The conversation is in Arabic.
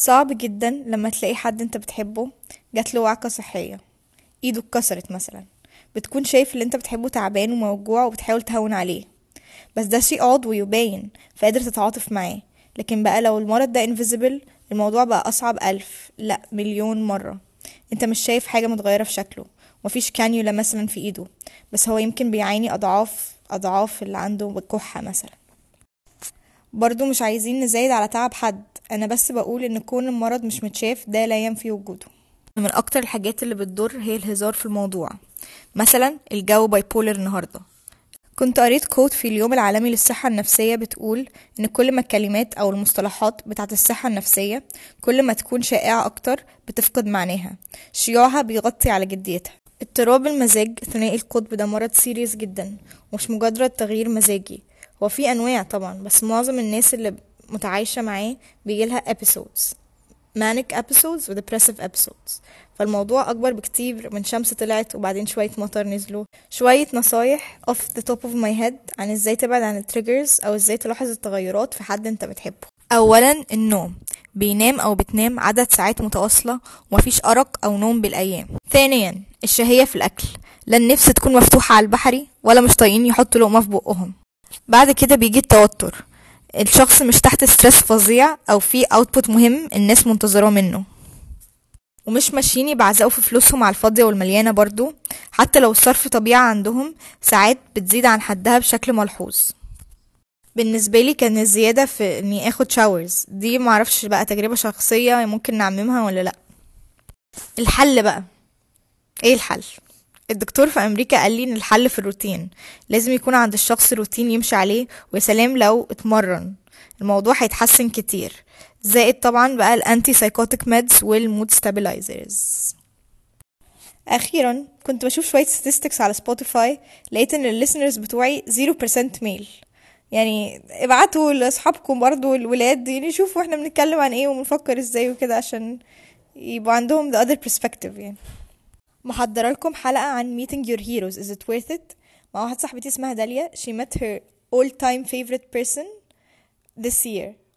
صعب جدا لما تلاقي حد انت بتحبه جاتله وعكة صحية، ايده اتكسرت مثلا. بتكون شايف اللي انت بتحبه تعبان وموجوع وبتحاول تهون عليه، بس ده شيء عضوي وباين فقادر تتعاطف معاه. لكن بقى لو المرض ده invisible، الموضوع بقى أصعب ألف لأ مليون مرة. انت مش شايف حاجة متغيرة في شكله، مفيش كانيولا مثلا في ايده، بس هو يمكن بيعاني أضعاف اللي عنده كحة مثلا. برضو مش عايزين نزايد على تعب حد، انا بس بقول ان كون المرض مش متشاف ده لا ينفي وجوده. من اكتر الحاجات اللي بتضر هي الهزار في الموضوع. مثلا الجو باي بولر النهارده، كنت قريت كوت في اليوم العالمي للصحة النفسية بتقول ان كل ما الكلمات او المصطلحات بتاعت الصحة النفسية كل ما تكون شائعة اكتر بتفقد معناها، شيوعها بيغطي على جديتها. اضطراب المزاج ثنائي القطب ده مرض سيريس جدا، ومش مجرد تغيير مزاجي. هو في انواع طبعا، بس معظم الناس اللي متعايشة معاه بيجيلها episodes manic episodes و depressive episodes. فالموضوع اكبر بكتير من شمس طلعت وبعدين شوية مطر نزلوا. شوية نصايح off the top of my head عن ازاي تبعد عن التريجرز او ازاي تلاحظ التغيرات في حد انت بتحبه. اولا النوم، بينام او بتنام عدد ساعات متواصلة ومفيش ارق او نوم بالايام. ثانيا الشهية في الاكل، لا النفس تكون مفتوحة على البحري ولا مش طايقين يحطوا لقمة في بقهم. بعد كده بيجي التوتر، الشخص مش تحت ستريس فظيع او في اوتبوت مهم الناس منتظراه منه، ومش ماشيين يبعزقوا في فلوسهم على الفاضية والمليانة. برضو حتى لو الصرف طبيعة عندهم ساعات بتزيد عن حدها بشكل ملحوظ. بالنسبة لي كان الزيادة في اني اخد شاورز دي، معرفش بقى تجربة شخصية ممكن نعممها ولا لا. الحل بقى ايه الحل؟ الدكتور في امريكا قال لي ان الحل في الروتين، لازم يكون عند الشخص روتين يمشي عليه، ويسلام لو اتمرن الموضوع هيتحسن كتير. زائد طبعا بقى الانتي سايكوتيك ميدز والمود ستابلايزرز. اخيرا كنت بشوف شوية statistics على سبوتيفاي، لقيت ان الليسنرز بتوعي 0% ميل. يعني ابعتوا لاصحابكم برضو الولاد يعني يشوفوا احنا بنتكلم عن ايه وبنفكر ازاي وكده، عشان يبقوا عندهم the other perspective يعني. محضرة لكم حلقة عن meeting your heroes is it worth it مع واحدة صاحبتي اسمها داليا. she met her all time favorite person this year.